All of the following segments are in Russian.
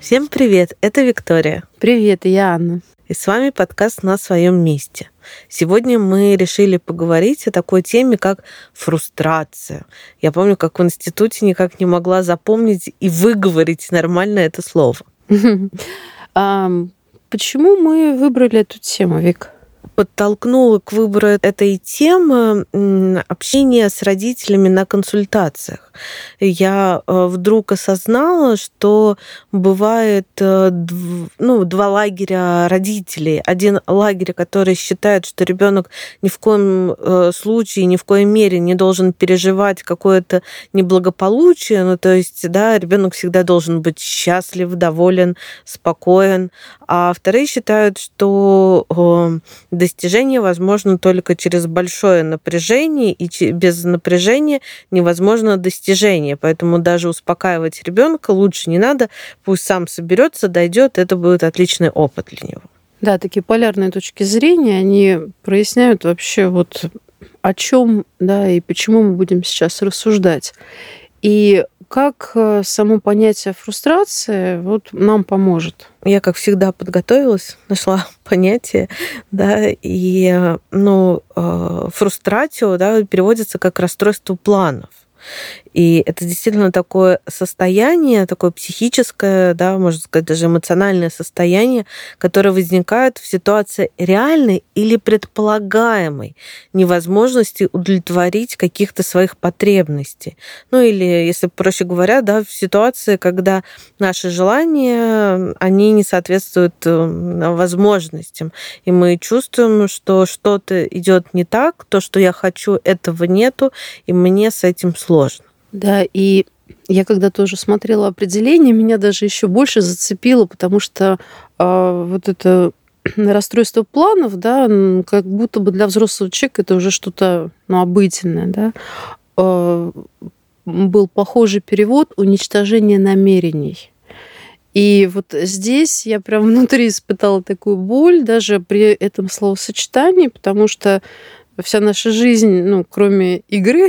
Всем привет, это Виктория. Привет, я Анна. И с вами подкаст «На своем месте». Сегодня мы решили поговорить о такой теме, как фрустрация. Я помню, как в институте никак не могла запомнить и выговорить нормально это слово. Почему мы выбрали эту тему, Вик? Подтолкнуло к выбору этой темы общение с родителями на консультациях. Я вдруг осознала, что бывает два лагеря родителей. Один лагерь, который считает, что ребенок ни в коем случае, ни в коей мере не должен переживать какое-то неблагополучие. То есть, ребенок всегда должен быть счастлив, доволен, спокоен. А вторые считают, что достижение возможно только через большое напряжение, и без напряжения невозможно достижение. Поэтому даже успокаивать ребенка лучше не надо, пусть сам соберется, дойдет, это будет отличный опыт для него. Да, такие полярные точки зрения, они проясняют вообще о чем, и почему мы будем сейчас рассуждать. И как само понятие фрустрации нам поможет? Я, как всегда, подготовилась, нашла понятие, и фрустратио, переводится как расстройство планов. И это действительно такое состояние, такое психическое, можно сказать, даже эмоциональное состояние, которое возникает в ситуации реальной или предполагаемой невозможности удовлетворить каких-то своих потребностей. Или, если проще говоря, в ситуации, когда наши желания, они не соответствуют возможностям. И мы чувствуем, что что-то идет не так, то, что я хочу, этого нету, и мне с этим сложно. Да, и я когда тоже смотрела определение, меня даже еще больше зацепило, потому что это расстройство планов, как будто бы для взрослого человека это уже что-то обыденное, был похожий перевод «уничтожение намерений». И здесь я прям внутри испытала такую боль даже при этом словосочетании, потому что вся наша жизнь, кроме игры,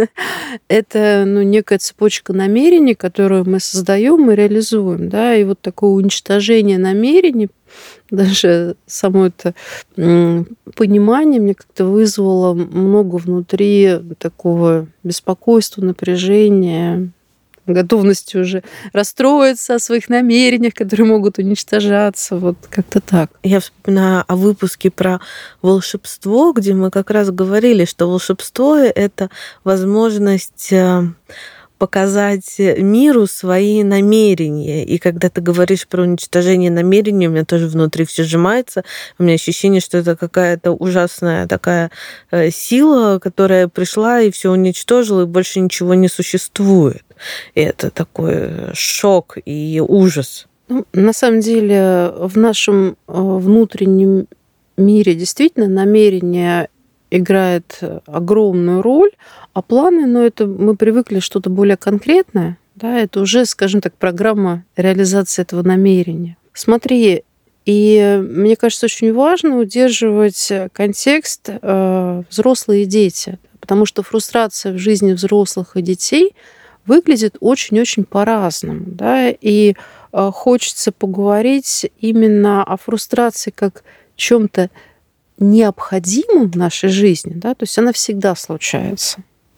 это некая цепочка намерений, которую мы создаем и реализуем. И такое уничтожение намерений, даже само это понимание мне как-то вызвало много внутри такого беспокойства, напряжения, готовности уже расстроиться о своих намерениях, которые могут уничтожаться. Как-то так. Я вспоминаю о выпуске про волшебство, где мы как раз говорили, что волшебство — это возможность показать миру свои намерения. И когда ты говоришь про уничтожение намерений, у меня тоже внутри все сжимается. У меня ощущение, что это какая-то ужасная такая сила, которая пришла и все уничтожила, и больше ничего не существует. И это такой шок и ужас. На самом деле в нашем внутреннем мире действительно намерение играет огромную роль, а планы, это мы привыкли что-то более конкретное, это уже, скажем так, программа реализации этого намерения. Смотри, и мне кажется, очень важно удерживать контекст взрослые и дети, потому что фрустрация в жизни взрослых и детей выглядит очень-очень по-разному, и хочется поговорить именно о фрустрации как чем-то необходимым в нашей жизни, то есть она всегда случается.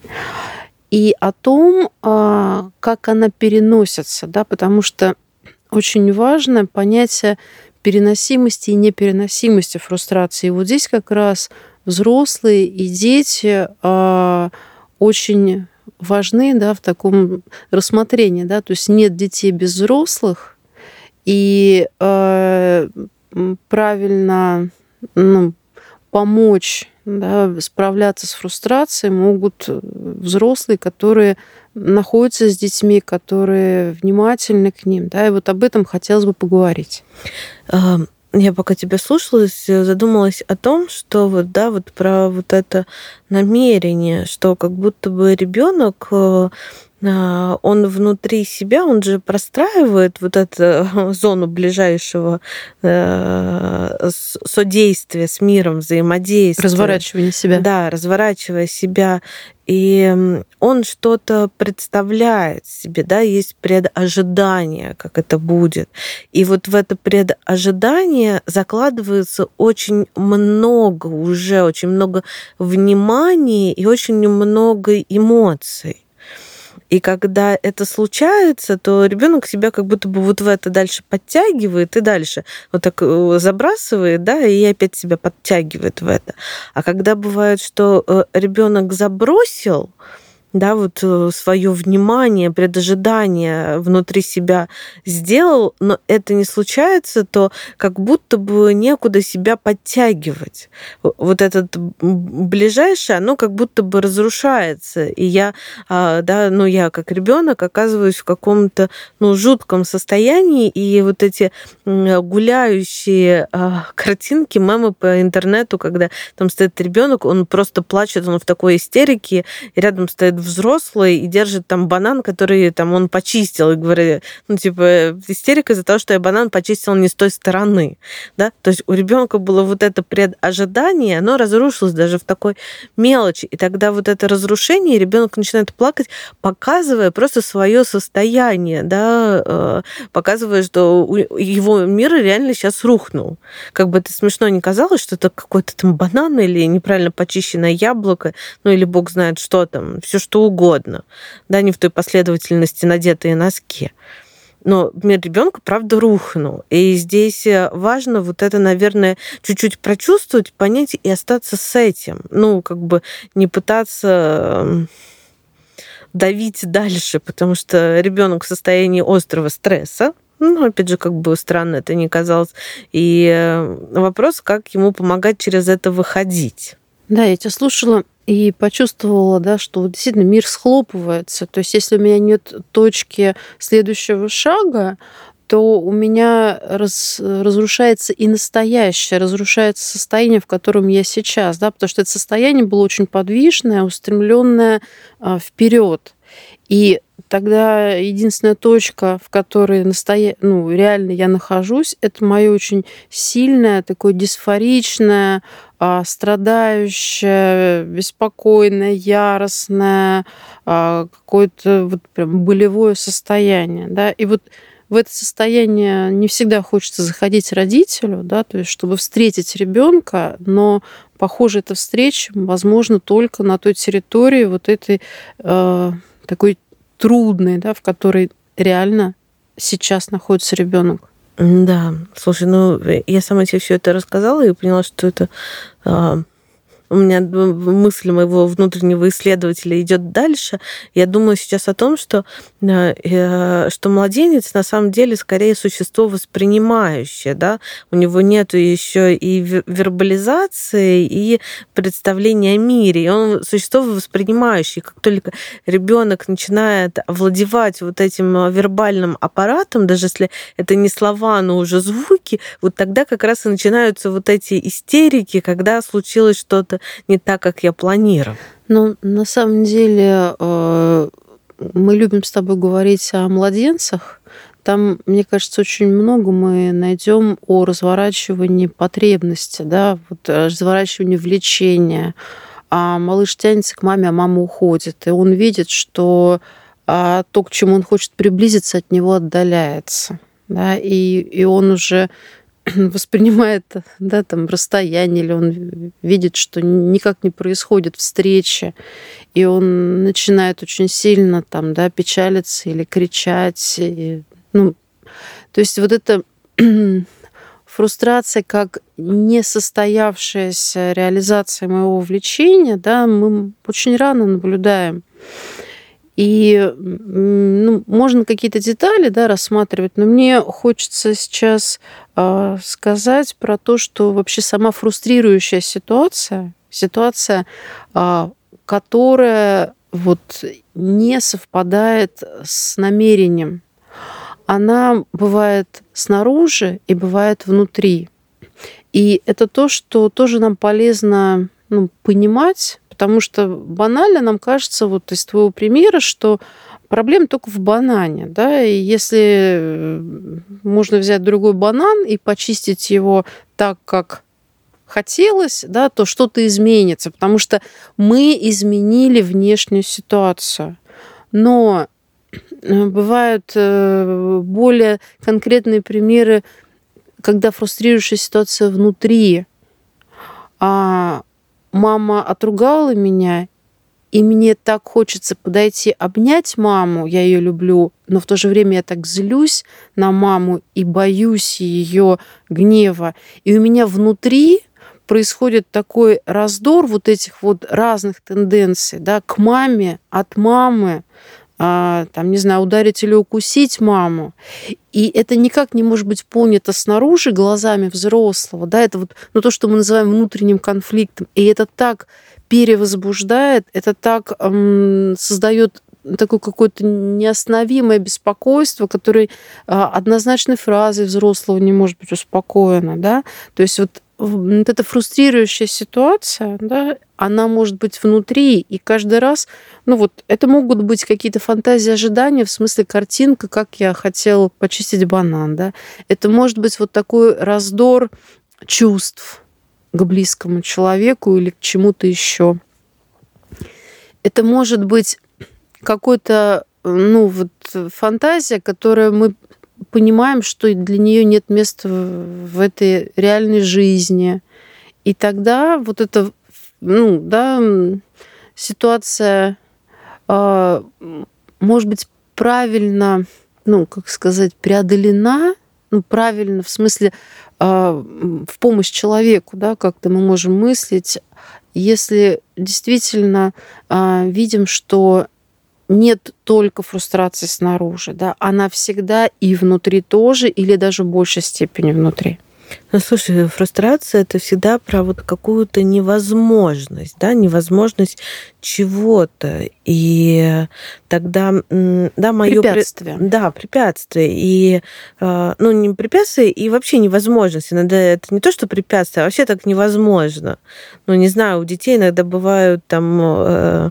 И о том, как она переносится, потому что очень важно понятие переносимости и непереносимости фрустрации. И здесь как раз взрослые и дети очень важны, в таком рассмотрении, то есть нет детей без взрослых, и правильно помочь справляться с фрустрацией могут взрослые, которые находятся с детьми, которые внимательны к ним. И об этом хотелось бы поговорить. Я пока тебя слушала, задумалась о том, что про это намерение, что как будто бы ребенок он внутри себя, он же простраивает вот эту зону ближайшего содействия с миром, взаимодействия. Разворачивание себя. Да, разворачивая себя. И он что-то представляет себе, да, есть предожидание, как это будет. И вот в это предожидание закладывается очень много уже, очень много внимания и очень много эмоций. И когда это случается, то ребенок себя как будто бы вот в это дальше подтягивает и дальше вот так забрасывает, да, и опять себя подтягивает в это. А когда бывает, что ребенок забросил, да, вот свое внимание, предожидание внутри себя сделал, но это не случается, то как будто бы некуда себя подтягивать. Вот этот ближайшее, оно как будто бы разрушается. И я, да, ну, я как ребенок оказываюсь в каком-то, ну, жутком состоянии, и вот эти гуляющие картинки, мемы по интернету, когда там стоит ребенок, он просто плачет, он в такой истерике, и рядом стоит взрослый и держит там банан, который там он почистил, и говорит, ну, типа, истерика из-за того, что я банан почистил не с той стороны, да, то есть у ребенка было вот это предожидание, оно разрушилось даже в такой мелочи, и тогда вот это разрушение, ребенок начинает плакать, показывая просто свое состояние, да, показывая, что его мир реально сейчас рухнул. Как бы это смешно не казалось, что это какой-то там банан или неправильно почищенное яблоко, ну или бог знает что там, все что угодно, да, не в той последовательности надетые носки. Но мир ребенка, правда, рухнул. И здесь важно вот это, наверное, чуть-чуть прочувствовать, понять и остаться с этим. Ну, как бы не пытаться давить дальше, потому что ребенок в состоянии острого стресса, ну, опять же, как бы странно это ни казалось. И вопрос, как ему помогать через это выходить. Да, я тебя слушала и почувствовала, да, что действительно мир схлопывается. То есть если у меня нет точки следующего шага, то у меня разрушается и настоящее, разрушается состояние, в котором я сейчас, да, потому что это состояние было очень подвижное, устремленное вперед. И тогда единственная точка, в которой реально я нахожусь, это мое очень сильное, такое дисфоричное, страдающее, беспокойное, яростное, какое-то вот прям болевое состояние. Да? И вот в это состояние не всегда хочется заходить родителю, да, то есть чтобы встретить ребенка, но, похоже, эта встреча возможна только на той территории вот этой такой трудной, да, в которой реально сейчас находится ребенок. Да, слушай, ну я сама тебе все это рассказала и поняла, что это у меня мысль моего внутреннего исследователя идет дальше. Я думаю сейчас о том, что младенец на самом деле скорее существо воспринимающее, да, у него нет еще и вербализации, и представления о мире, и он существо воспринимающее. Как только ребенок начинает овладевать вот этим вербальным аппаратом, даже если это не слова, но уже звуки, вот тогда как раз и начинаются вот эти истерики, когда случилось что-то не так, как я планировала. Ну, на самом деле, мы любим с тобой говорить о младенцах. Там, мне кажется, очень много мы найдем о разворачивании потребности, да, вот разворачивании влечения. А малыш тянется к маме, а мама уходит. И он видит, что то, к чему он хочет приблизиться, от него отдаляется. Да, и он уже воспринимает, да, там, расстояние, или он видит, что никак не происходит встреча, и он начинает очень сильно там, да, печалиться или кричать. Ну, то есть вот эта фрустрация как несостоявшаяся реализация моего влечения, да, мы очень рано наблюдаем. И можно какие-то детали, да, рассматривать, но мне хочется сейчас сказать про то, что вообще сама фрустрирующая ситуация, которая вот не совпадает с намерением, она бывает снаружи и бывает внутри. И это то, что тоже нам полезно понимать, потому что банально нам кажется, вот из твоего примера, что проблема только в банане, да, и если можно взять другой банан и почистить его так, как хотелось, да, то что-то изменится, потому что мы изменили внешнюю ситуацию. Но бывают более конкретные примеры, когда фрустрирующая ситуация внутри. Мама отругала меня, и мне так хочется подойти, обнять маму, я ее люблю, но в то же время я так злюсь на маму и боюсь ее гнева. И у меня внутри происходит такой раздор вот этих вот разных тенденций, да, к маме, от мамы, там, не знаю, ударить или укусить маму. И это никак не может быть понято снаружи глазами взрослого, да, это вот, ну, то, что мы называем внутренним конфликтом. И это так перевозбуждает, это так создает такое какое-то неостановимое беспокойство, которое однозначной фразой взрослого не может быть успокоено, да. То есть вот эта фрустрирующая ситуация, да, она может быть внутри, и каждый раз, ну вот, это могут быть какие-то фантазии, ожидания, в смысле картинка, как я хотел почистить банан, да. Это может быть вот такой раздор чувств к близкому человеку или к чему-то еще. Это может быть какой-то, ну вот, фантазия, которую мы понимаем, что для нее нет места в этой реальной жизни. И тогда вот эта, ну, да, ситуация может быть правильно, ну, как сказать, преодолена, ну, правильно, в смысле, в помощь человеку, да, как-то мы можем мыслить, если действительно видим, что нет только фрустрации снаружи, да, она всегда и внутри тоже, или даже в большей степени внутри. Ну, слушай, фрустрация — это всегда про вот какую-то невозможность, да, невозможность чего-то. И тогда, да, моё препятствие. Да, препятствие. И, ну, не препятствие, и вообще невозможность. Иногда это не то, что препятствие, а вообще так невозможно. Ну, не знаю, у детей иногда бывают там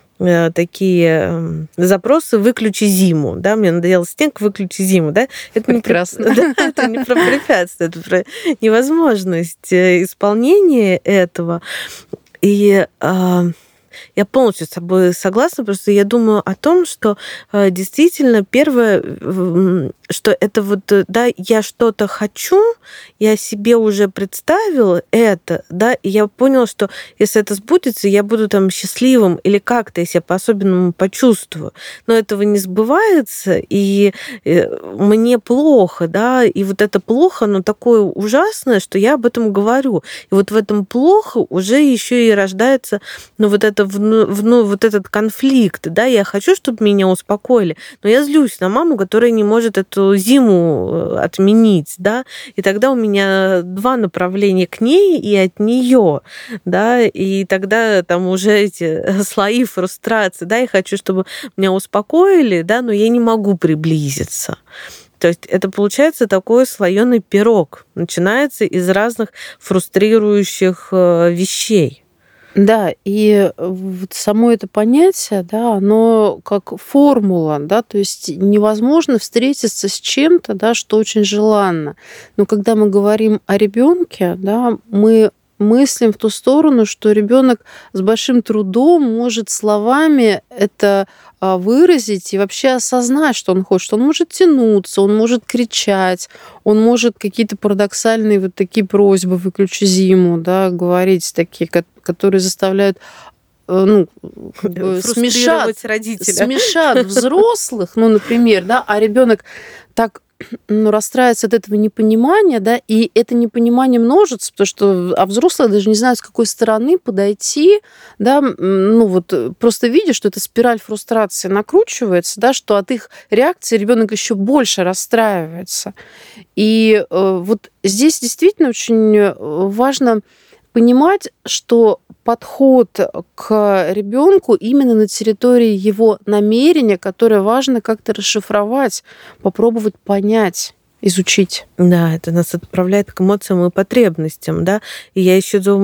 такие запросы: выключи зиму, да, мне надоел снег, выключи зиму, да. Это прекрасно. Это не про препятствие, это про невозможность исполнения этого. И я полностью с тобой согласна, просто я думаю о том, что действительно первое, что это вот, да, я что-то хочу, я себе уже представила это, да, и я поняла, что если это сбудется, я буду там счастливым или как-то я себя по-особенному почувствую. Но этого не сбывается, и мне плохо, да, и вот это плохо, оно такое ужасное, что я об этом говорю. И вот в этом плохо уже еще и рождается, ну, вот это, ну, вот этот конфликт, да, я хочу, чтобы меня успокоили, но я злюсь на маму, которая не может эту зиму отменить, да, и тогда у меня два направления: к ней и от нее, да, и тогда там уже эти слои фрустрации, да, я хочу, чтобы меня успокоили, да, но я не могу приблизиться. То есть это получается такой слоёный пирог, начинается из разных фрустрирующих вещей. Да, и вот само это понятие, да, оно как формула, да, то есть невозможно встретиться с чем-то, да, что очень желанно. Но когда мы говорим о ребенке, да, мы мыслим в ту сторону, что ребенок с большим трудом может словами это выразить и вообще осознать, что он хочет. Он может тянуться, он может кричать, он может какие-то парадоксальные вот такие просьбы: выключи зиму, да, говорить такие, которые заставляют, ну, как бы смешат взрослых, ну, например, да, а ребенок так, ну, расстраивается от этого непонимания, да, и это непонимание множится, потому что взрослые даже не знают, с какой стороны подойти, да, ну, вот просто видя, что эта спираль фрустрации накручивается, да, что от их реакции ребенок еще больше расстраивается. И вот здесь действительно очень важно понимать, что подход к ребенку именно на территории его намерения, которое важно как-то расшифровать, попробовать понять, изучить. Да, это нас отправляет к эмоциям и потребностям, да. И я еще думаю,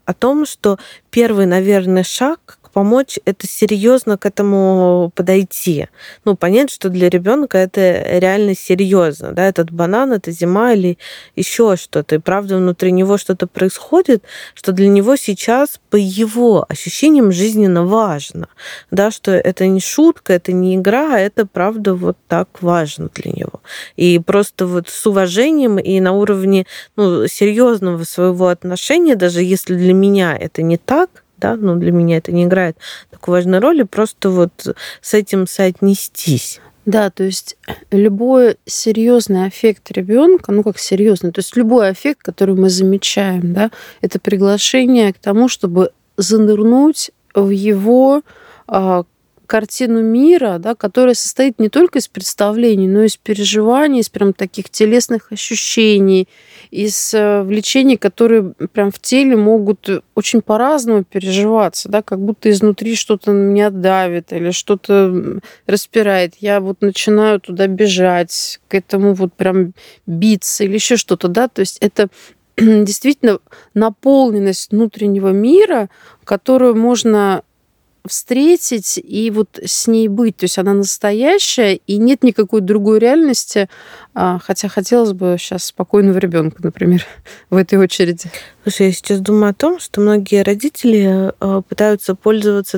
о том, что первый, наверное, шаг помочь это серьезно к этому подойти. Понять, что для ребенка это реально серьезно. Да? Этот банан, это зима или еще что-то. И правда внутри него что-то происходит, что для него сейчас по его ощущениям жизненно важно. Да? Что это не шутка, это не игра, а это правда вот так важно для него. И просто вот с уважением и на уровне серьезного своего отношения, даже если для меня это не так, да, для меня это не играет такой важной роли, просто вот с этим соотнестись. Да, то есть любой серьезный аффект ребенка, как серьезный, то есть любой аффект, который мы замечаем, да, это приглашение к тому, чтобы занырнуть в его картину мира, да, которая состоит не только из представлений, но и из переживаний, из прям таких телесных ощущений, из влечений, которые прям в теле могут очень по-разному переживаться, да, как будто изнутри что-то меня давит или что-то распирает. Я вот начинаю туда бежать, к этому вот прям биться или еще что-то, да, то есть это действительно наполненность внутреннего мира, которую можно встретить и вот с ней быть. То есть она настоящая, и нет никакой другой реальности, хотя хотелось бы сейчас спокойного ребенка, например, в этой очереди. Слушай, я сейчас думаю о том, что многие родители пытаются пользоваться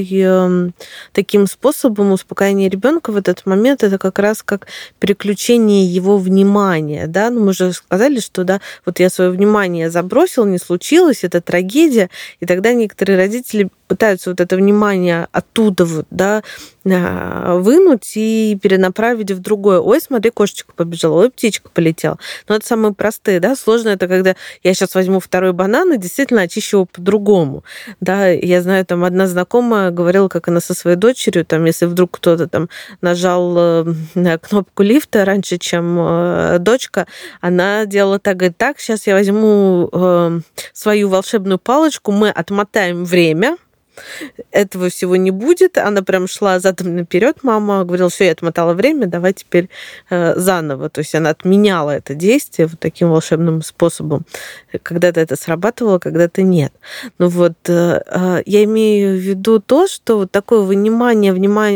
таким способом успокоения ребенка в этот момент. Это как раз как переключение его внимания. Да? Мы уже сказали, что да, вот я свое внимание забросил, не случилось, это трагедия. И тогда некоторые родители пытаются вот это внимание оттуда вот, да, вынуть и перенаправить в другое. Ой, смотри, кошечка побежала, ой, птичка полетела. Но это самые простые, да. Сложно это, когда я сейчас возьму второй банан и действительно очищу его по-другому. Да, я знаю, там одна знакомая говорила, как она со своей дочерью, там, если вдруг кто-то там нажал кнопку лифта раньше, чем дочка, она делала так, говорит, так, сейчас я возьму свою волшебную палочку, мы отмотаем время, этого всего не будет. Она прям шла задом наперед. Мама говорила, все, я отмотала время, давай теперь заново. То есть она отменяла это действие вот таким волшебным способом. Когда-то это срабатывало, когда-то нет. Я имею в виду то, что вот такое вынимание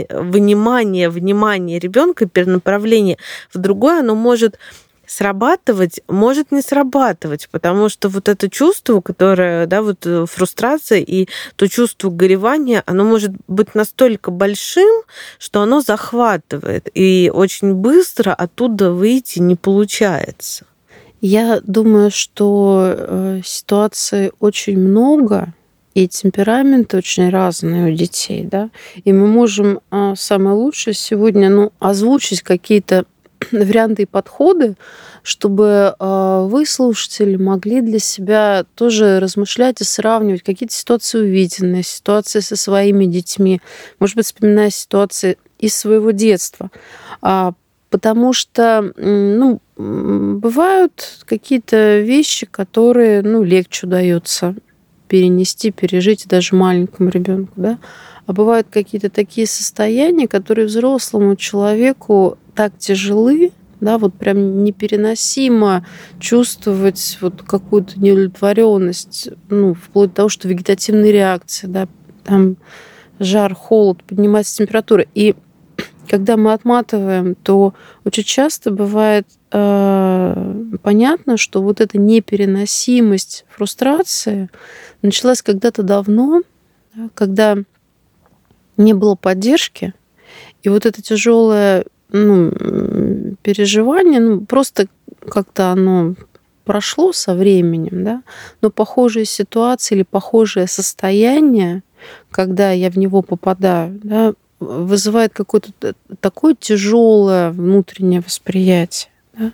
внимания ребенка, перенаправление в другое, оно может срабатывать, может не срабатывать, потому что вот это чувство, которое, да, вот фрустрация и то чувство горевания, оно может быть настолько большим, что оно захватывает, и очень быстро оттуда выйти не получается. Я думаю, что ситуаций очень много, и темпераменты очень разные у детей, да, и мы можем самое лучшее сегодня, озвучить какие-то варианты и подходы, чтобы вы, слушатели, могли для себя тоже размышлять и сравнивать какие-то ситуации увиденные, ситуации со своими детьми, может быть, вспоминая ситуации из своего детства. Потому что, бывают какие-то вещи, которые, легче удается перенести, пережить даже маленькому ребенку, да. А бывают какие-то такие состояния, которые взрослому человеку так тяжелы, да, вот прям непереносимо чувствовать вот какую-то неудовлетворенность, вплоть до того, что вегетативные реакции, да, там жар, холод, поднимается температура. И когда мы отматываем, то очень часто бывает понятно, что вот эта непереносимость фрустрации началась когда-то давно, да, когда не было поддержки, и вот это тяжелое переживание, просто как-то оно прошло со временем, да, но похожие ситуации или похожее состояние, когда я в него попадаю, да, вызывает какое-то такое тяжелое внутреннее восприятие,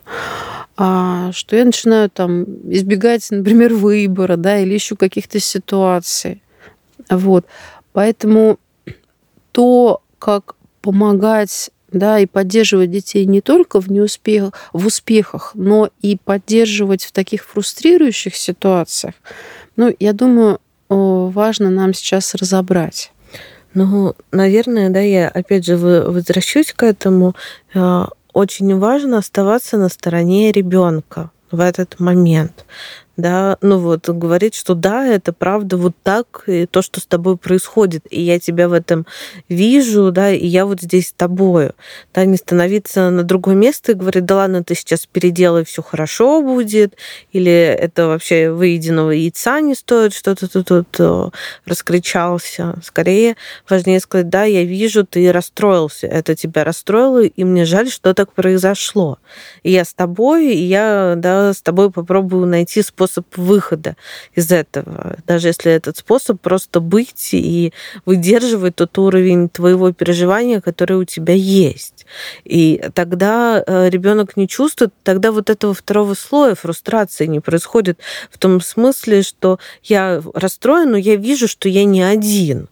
да, что я начинаю там избегать, например, выбора, да, или еще каких-то ситуаций. Вот. Поэтому то, как помогать, да, и поддерживать детей не только в успехах, но и поддерживать в таких фрустрирующих ситуациях, я думаю, важно нам сейчас разобрать. Наверное, да, я опять же возвращусь к этому. Очень важно оставаться на стороне ребенка в этот момент. да, говорить, что да, это правда вот так, и то, что с тобой происходит, и я тебя в этом вижу, да, и я вот здесь с тобою, да, не становиться на другое место и говорить, да ладно, ты сейчас переделай, все хорошо будет, или это вообще выеденного яйца не стоит, что-то ты тут раскричался. Скорее, важнее сказать, да, я вижу, ты расстроился, это тебя расстроило, и мне жаль, что так произошло. И я с тобой, и я, да, с тобой попробую найти способ выхода из этого. Даже если этот способ просто быть и выдерживать тот уровень твоего переживания, который у тебя есть. И тогда ребенок не чувствует, тогда вот этого второго слоя фрустрации не происходит в том смысле, что я расстроен, но я вижу, что я не один.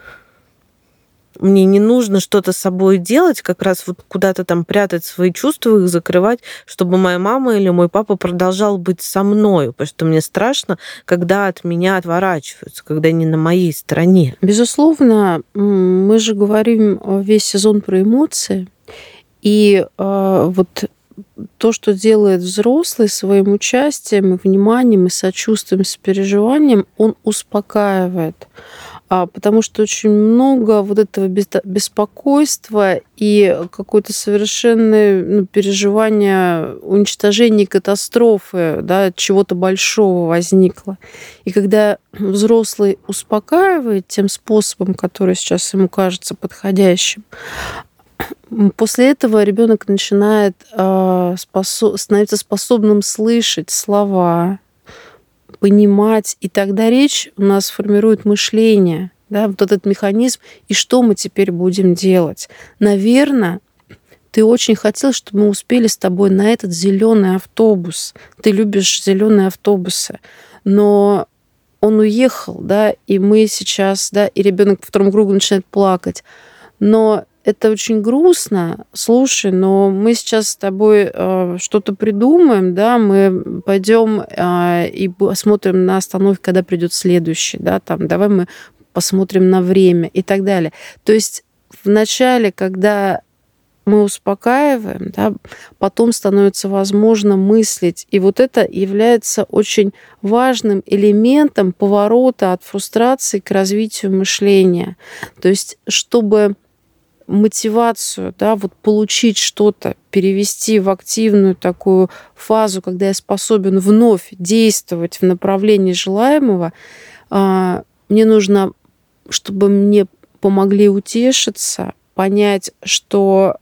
Мне не нужно что-то с собой делать, как раз вот куда-то там прятать свои чувства, их закрывать, чтобы моя мама или мой папа продолжал быть со мной, потому что мне страшно, когда от меня отворачиваются, когда они на моей стороне. Безусловно, мы же говорим весь сезон про эмоции, и вот то, что делает взрослый своим участием и вниманием, и сочувствием, и сопереживанием, он успокаивает. Потому что очень много вот этого беспокойства и какое-то совершенное переживание уничтожения, катастрофы, да, чего-то большого возникло. И когда взрослый успокаивает тем способом, который сейчас ему кажется подходящим, после этого ребенок начинает становиться способным слышать слова, понимать, и тогда речь у нас формирует мышление, да, вот этот механизм, и что мы теперь будем делать. Наверное, ты очень хотел, чтобы мы успели с тобой на этот зеленый автобус. Ты любишь зеленые автобусы, но он уехал, да, и мы сейчас, да, и ребенок по второму кругу начинает плакать. Но это очень грустно. Слушай, но мы сейчас с тобой что-то придумаем, да, мы пойдем и посмотрим на остановке, когда придет следующий, да, там, давай мы посмотрим на время и так далее. То есть вначале, когда мы успокаиваем, да, потом становится возможно мыслить. И вот это является очень важным элементом поворота от фрустрации к развитию мышления. То есть, чтобы мотивацию, да, вот получить что-то, перевести в активную такую фазу, когда я способен вновь действовать в направлении желаемого, мне нужно, чтобы мне помогли утешиться, понять, что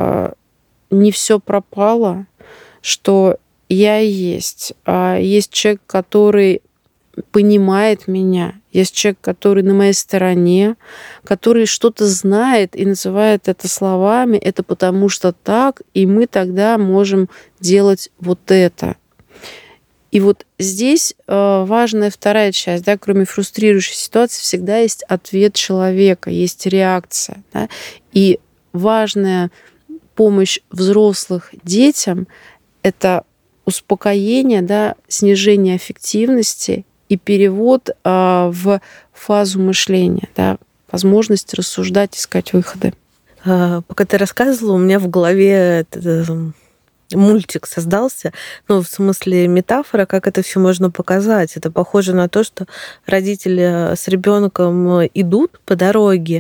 не все пропало, что я есть. Есть человек, который понимает меня, есть человек, который на моей стороне, который что-то знает и называет это словами, это потому что так, и мы тогда можем делать вот это. И вот здесь важная вторая часть, да, кроме фрустрирующей ситуации, всегда есть ответ человека, есть реакция. Да, и важная помощь взрослых детям — это успокоение, да, снижение аффективности и перевод в фазу мышления, да, возможность рассуждать, искать выходы. Пока ты рассказывала, у меня в голове мультик создался, в смысле метафора, как это все можно показать. Это похоже на то, что родители с ребенком идут по дороге,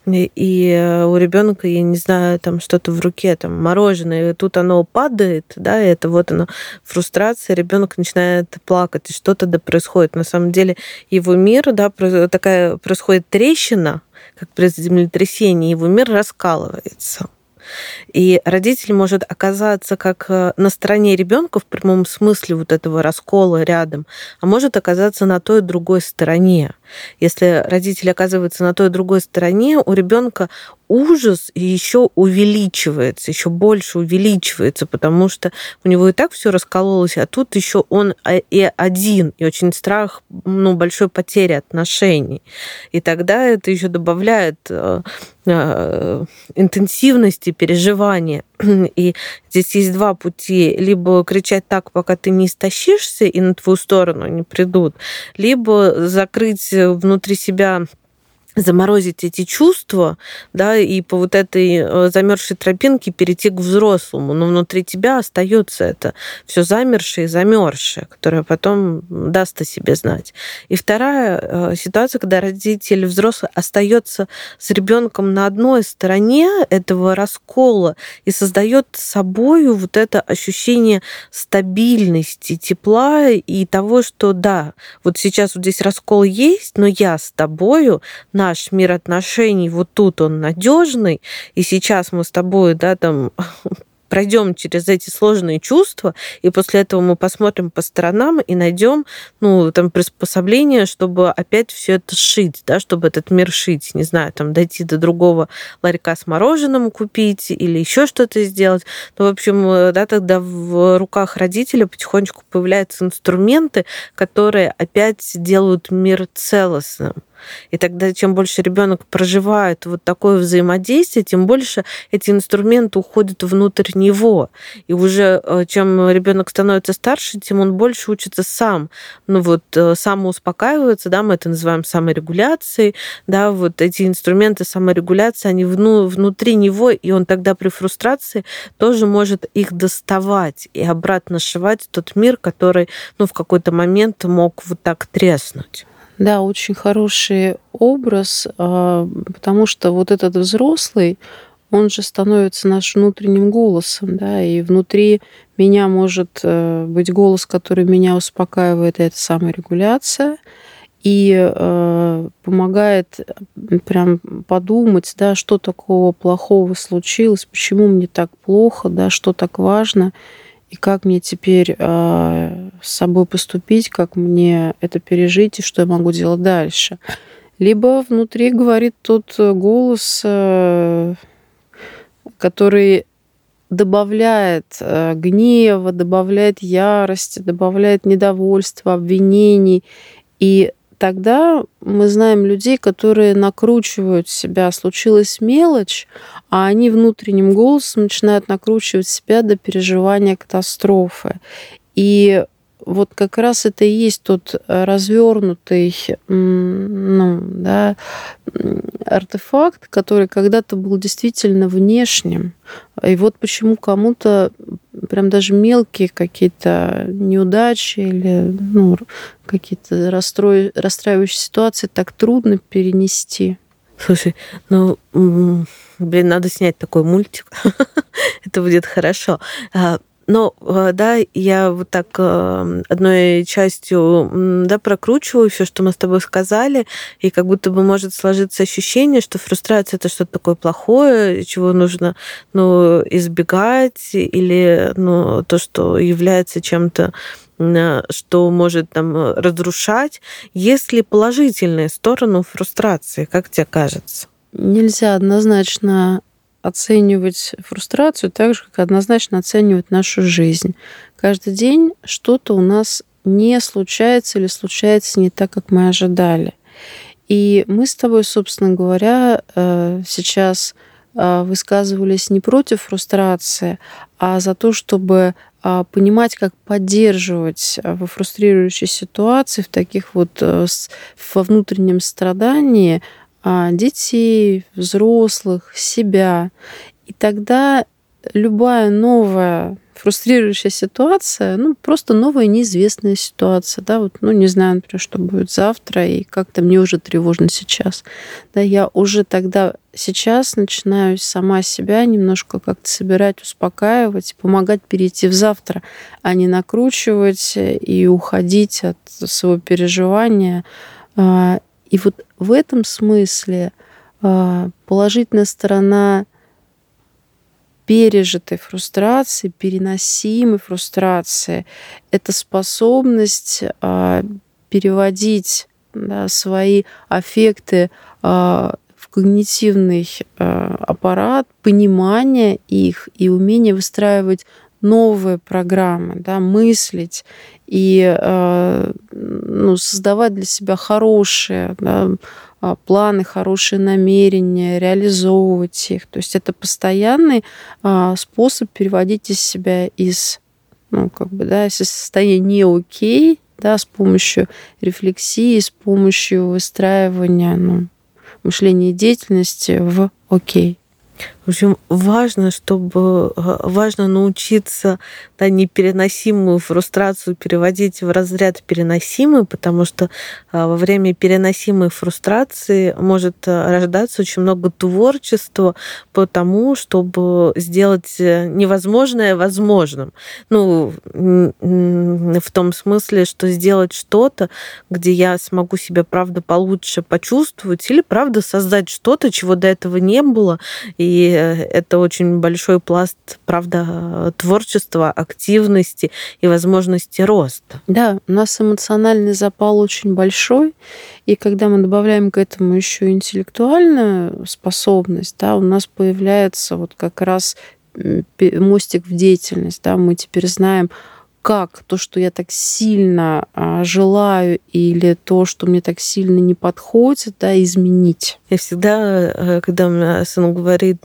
и у ребенка, я не знаю, там что-то в руке, там мороженое, и тут оно падает, да, и это вот оно, фрустрация, ребенок начинает плакать, и что-то да происходит. На самом деле его мир, да, такая происходит трещина, как при землетрясении, его мир раскалывается. И родитель может оказаться как на стороне ребенка в прямом смысле вот этого раскола рядом, а может оказаться на той и другой стороне. Если родитель оказывается на той и другой стороне, у ребенка ужас еще увеличивается, еще больше увеличивается, потому что у него и так все раскололось, а тут еще он и один, и очень страх, большой потери отношений. И тогда это еще добавляет интенсивности переживания. И здесь есть два пути. Либо кричать так, пока ты не истощишься, и на твою сторону не придут, либо закрыть внутри себя заморозить эти чувства, да, и по вот этой замерзшей тропинке перейти к взрослому. Но внутри тебя остается это все замерзшее и замерзшее, которое потом даст о себе знать. И вторая ситуация, когда родитель взрослый остается с ребенком на одной стороне этого раскола и создает собою вот это ощущение стабильности, тепла и того, что да, вот сейчас вот здесь раскол есть, но я с тобою, наш мир отношений вот тут он надежный, и сейчас мы с тобой, да, там пройдем через эти сложные чувства, и после этого мы посмотрим по сторонам и найдем, ну, там, приспособление, чтобы опять все это сшить, да, чтобы этот мир шить, не знаю, там, дойти до другого ларька с мороженым купить или еще что-то сделать. Ну, в общем, да, тогда в руках родителя потихонечку появляются инструменты, которые опять делают мир целостным. И тогда, чем больше ребенок проживает вот такое взаимодействие, тем больше эти инструменты уходят внутрь него. И уже чем ребенок становится старше, тем он больше учится сам. Ну вот самоуспокаивается, да, мы это называем саморегуляцией, да, вот эти инструменты саморегуляции, они внутри него, и он тогда при фрустрации тоже может их доставать и обратно сшивать тот мир, который, ну, в какой-то момент мог вот так треснуть. Да, очень хороший образ, потому что вот этот взрослый, он же становится нашим внутренним голосом, да, и внутри меня может быть голос, который меня успокаивает, и это саморегуляция, и помогает прям подумать, да, что такого плохого случилось, почему мне так плохо, да, что так важно, и как мне теперь с собой поступить, как мне это пережить и что я могу делать дальше. Либо внутри говорит тот голос, который добавляет гнева, добавляет ярости, добавляет недовольства, обвинений. И тогда мы знаем людей, которые накручивают себя. Случилась мелочь, а они внутренним голосом начинают накручивать себя до переживания катастрофы. И вот как раз это и есть тот развернутый, ну, да, артефакт, который когда-то был действительно внешним. И вот почему кому-то прям даже мелкие какие-то неудачи или, ну, какие-то расстраивающие ситуации так трудно перенести. Слушай, ну, блин, надо снять такой мультик. Это будет хорошо. Но, да, я вот так одной частью, да, прокручиваю все, что мы с тобой сказали, и как будто бы может сложиться ощущение, что фрустрация — это что-то такое плохое, чего нужно, ну, избегать, или, ну, то, что является чем-то, что может там разрушать. Есть ли положительная сторона фрустрации, как тебе кажется? Нельзя однозначно оценивать фрустрацию так же, как однозначно оценивать нашу жизнь. Каждый день что-то у нас не случается или случается не так, как мы ожидали. И мы с тобой, собственно говоря, сейчас высказывались не против фрустрации, а за то, чтобы понимать, как поддерживать во фрустрирующей ситуации, в таких вот во внутреннем страдании детей, взрослых, себя. И тогда любая новая фрустрирующая ситуация, ну, просто новая неизвестная ситуация, да, вот, ну, не знаю, например, что будет завтра, и как-то мне уже тревожно сейчас. Да, я уже тогда сейчас начинаю сама себя немножко как-то собирать, успокаивать, помогать перейти в завтра, а не накручивать и уходить от своего переживания. И вот в этом смысле положительная сторона пережитой фрустрации, переносимой фрустрации — это способность переводить, да, свои аффекты в когнитивный аппарат, понимание их и умение выстраивать новые программы, да, мыслить и ну, создавать для себя хорошие, да, планы, хорошие намерения, реализовывать их. То есть это постоянный способ переводить из себя из, ну, как бы, да, из состояния не окей, да, с помощью рефлексии, с помощью выстраивания, ну, мышления и деятельности в окей. В общем, важно научиться непереносимую фрустрацию переводить в разряд переносимый, потому что во время переносимой фрустрации может рождаться очень много творчества по тому, чтобы сделать невозможное возможным. В том смысле, что сделать что-то, где я смогу себя, правда, получше почувствовать, или, правда, создать что-то, чего до этого не было. И это очень большой пласт, правда, творчества, активности и возможности роста. Да, у нас эмоциональный запал очень большой, и когда мы добавляем к этому еще интеллектуальную способность, у нас появляется вот как раз мостик в деятельность. Мы теперь знаем, как то, что я так сильно желаю, или то, что мне так сильно не подходит, изменить. Я всегда, когда у меня сын говорит,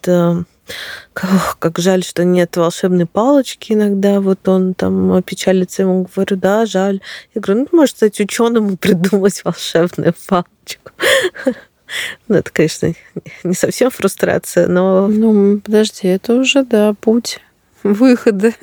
как жаль, что нет волшебной палочки иногда, вот он там печалится, ему говорю, да, жаль. Я говорю, ты можешь стать ученым и придумать волшебную палочку. Это, конечно, не совсем фрустрация, но... Подожди, это уже, путь выхода.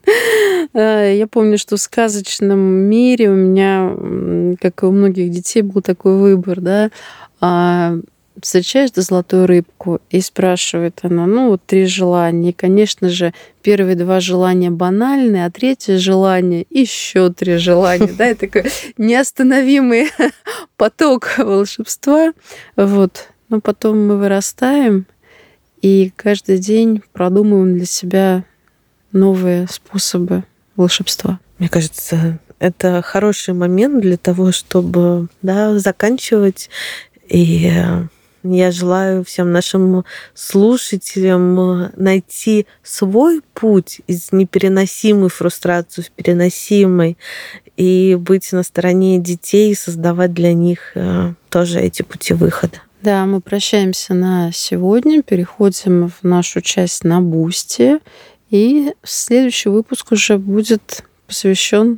Я помню, что в сказочном мире у меня, как и у многих детей, был такой выбор, встречаешь золотую рыбку, и спрашивает она, 3 желания. И, конечно же, первые 2 желания банальные, а 3 желание еще 3 желания. И такой неостановимый поток волшебства. Но потом мы вырастаем, и каждый день продумываем для себя новые способы волшебства. Мне кажется, это хороший момент для того, чтобы заканчивать. И я желаю всем нашим слушателям найти свой путь из непереносимой фрустрации в переносимой и быть на стороне детей и создавать для них тоже эти пути выхода. Да, мы прощаемся на сегодня, переходим в нашу часть на Бусти, и следующий выпуск уже будет посвящен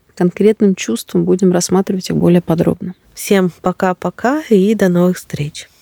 конкретным чувствам, будем рассматривать их более подробно. Всем пока-пока и до новых встреч.